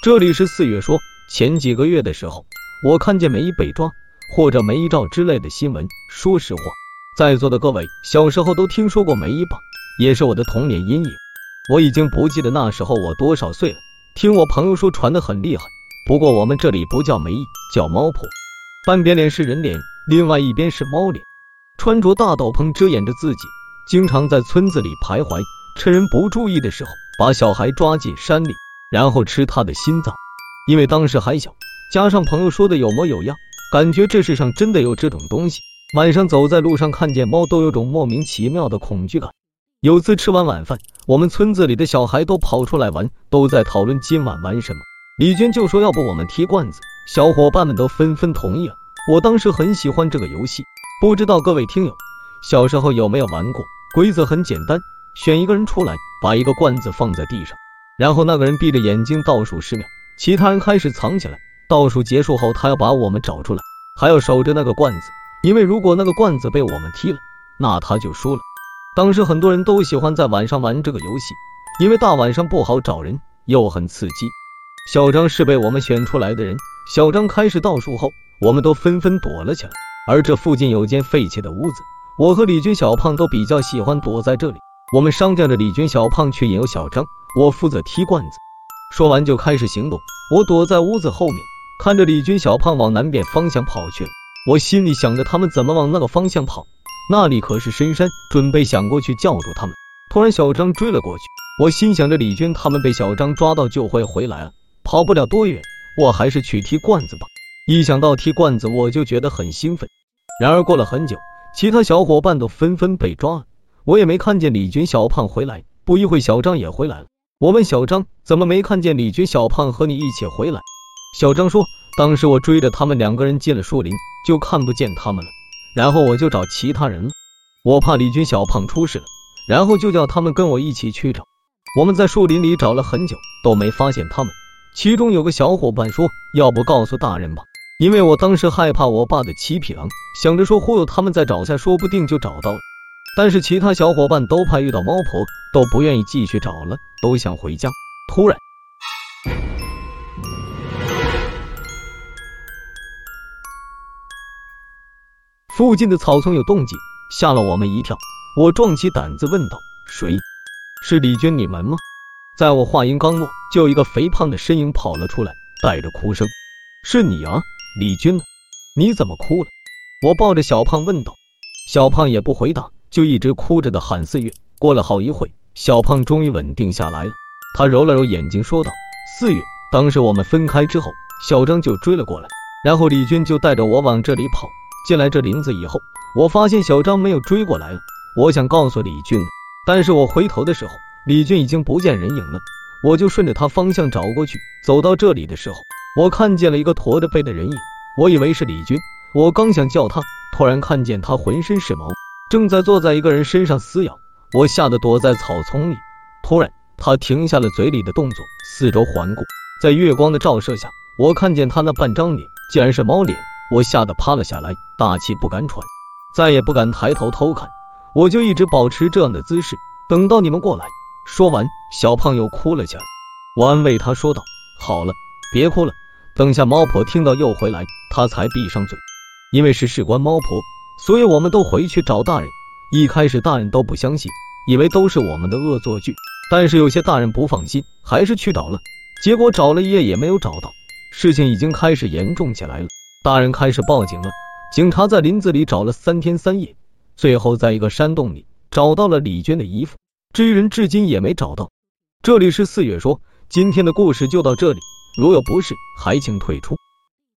这里是四月说，前几个月的时候，我看见梅姨被抓或者梅姨照之类的新闻。说实话，在座的各位小时候都听说过梅姨吧，也是我的童年阴影。我已经不记得那时候我多少岁了，听我朋友说传得很厉害，不过我们这里不叫梅姨，叫猫婆。半边脸是人脸，另外一边是猫脸，穿着大斗篷遮掩着自己，经常在村子里徘徊，趁人不注意的时候把小孩抓进山里，然后吃他的心脏。因为当时还小，加上朋友说的有模有样，感觉这世上真的有这种东西。晚上走在路上看见猫都有种莫名其妙的恐惧感。有次吃完晚饭，我们村子里的小孩都跑出来玩，都在讨论今晚玩什么。李娟就说要不我们踢罐子，小伙伴们都纷纷同意了。我当时很喜欢这个游戏，不知道各位听友小时候有没有玩过？规则很简单，选一个人出来，把一个罐子放在地上，然后那个人闭着眼睛倒数10秒，其他人开始藏起来，倒数结束后他要把我们找出来，还要守着那个罐子，因为如果那个罐子被我们踢了，那他就输了。当时很多人都喜欢在晚上玩这个游戏，因为大晚上不好找人，又很刺激。小张是被我们选出来的人，小张开始倒数后，我们都纷纷躲了起来。而这附近有间废弃的屋子，我和李军小胖都比较喜欢躲在这里。我们商量着李军小胖去引诱小张，我负责踢罐子。说完就开始行动，我躲在屋子后面，看着李军小胖往南边方向跑去了。我心里想着他们怎么往那个方向跑，那里可是深山，准备想过去叫住他们。突然小张追了过去，我心想着李军他们被小张抓到就会回来了，跑不了多远，我还是去踢罐子吧。一想到踢罐子我就觉得很兴奋。然而过了很久，其他小伙伴都纷纷被抓了，我也没看见李军小胖回来。不一会小张也回来了，我问小张怎么没看见李军小胖和你一起回来。小张说当时我追着他们2个人进了树林，就看不见他们了，然后我就找其他人了，我怕李军小胖出事了，然后就叫他们跟我一起去找。我们在树林里找了很久都没发现他们，其中有个小伙伴说要不告诉大人吧，因为我当时害怕我爸的七匹狼，想着说忽悠他们再找下说不定就找到了。但是其他小伙伴都怕遇到猫婆，都不愿意继续找了，都想回家。突然附近的草丛有动静，吓了我们一跳。我壮起胆子问道，谁？是李娟你们吗？在我话音刚落，就有一个肥胖的身影跑了出来，带着哭声，是你啊，李娟呢？你怎么哭了？我抱着小胖问道。小胖也不回答，就一直哭着的喊4月。过了好一会，小胖终于稳定下来了，他揉了揉眼睛说道，4月，当时我们分开之后，小张就追了过来，然后李娟就带着我往这里跑。进来这林子以后，我发现小张没有追过来了，我想告诉李军，但是我回头的时候，李军已经不见人影了，我就顺着他方向找过去。走到这里的时候，我看见了一个驼着背的人影，我以为是李军，我刚想叫他，突然看见他浑身是毛，正在坐在一个人身上撕咬，我吓得躲在草丛里。突然他停下了嘴里的动作，四周环顾，在月光的照射下，我看见他那半张脸竟然是猫脸，我吓得趴了下来，大气不敢喘，再也不敢抬头偷看，我就一直保持这样的姿势，等到你们过来。说完，小胖又哭了起来，我安慰他说道，好了，别哭了，等下猫婆听到又回来，他才闭上嘴。因为是事关猫婆，所以我们都回去找大人。一开始大人都不相信，以为都是我们的恶作剧，但是有些大人不放心，还是去找了，结果找了一夜也没有找到，事情已经开始严重起来了。大人开始报警了，警察在林子里找了3天3夜，最后在一个山洞里找到了李娟的衣服，至于人至今也没找到。这里是4月说，今天的故事就到这里，如有不适还请退出。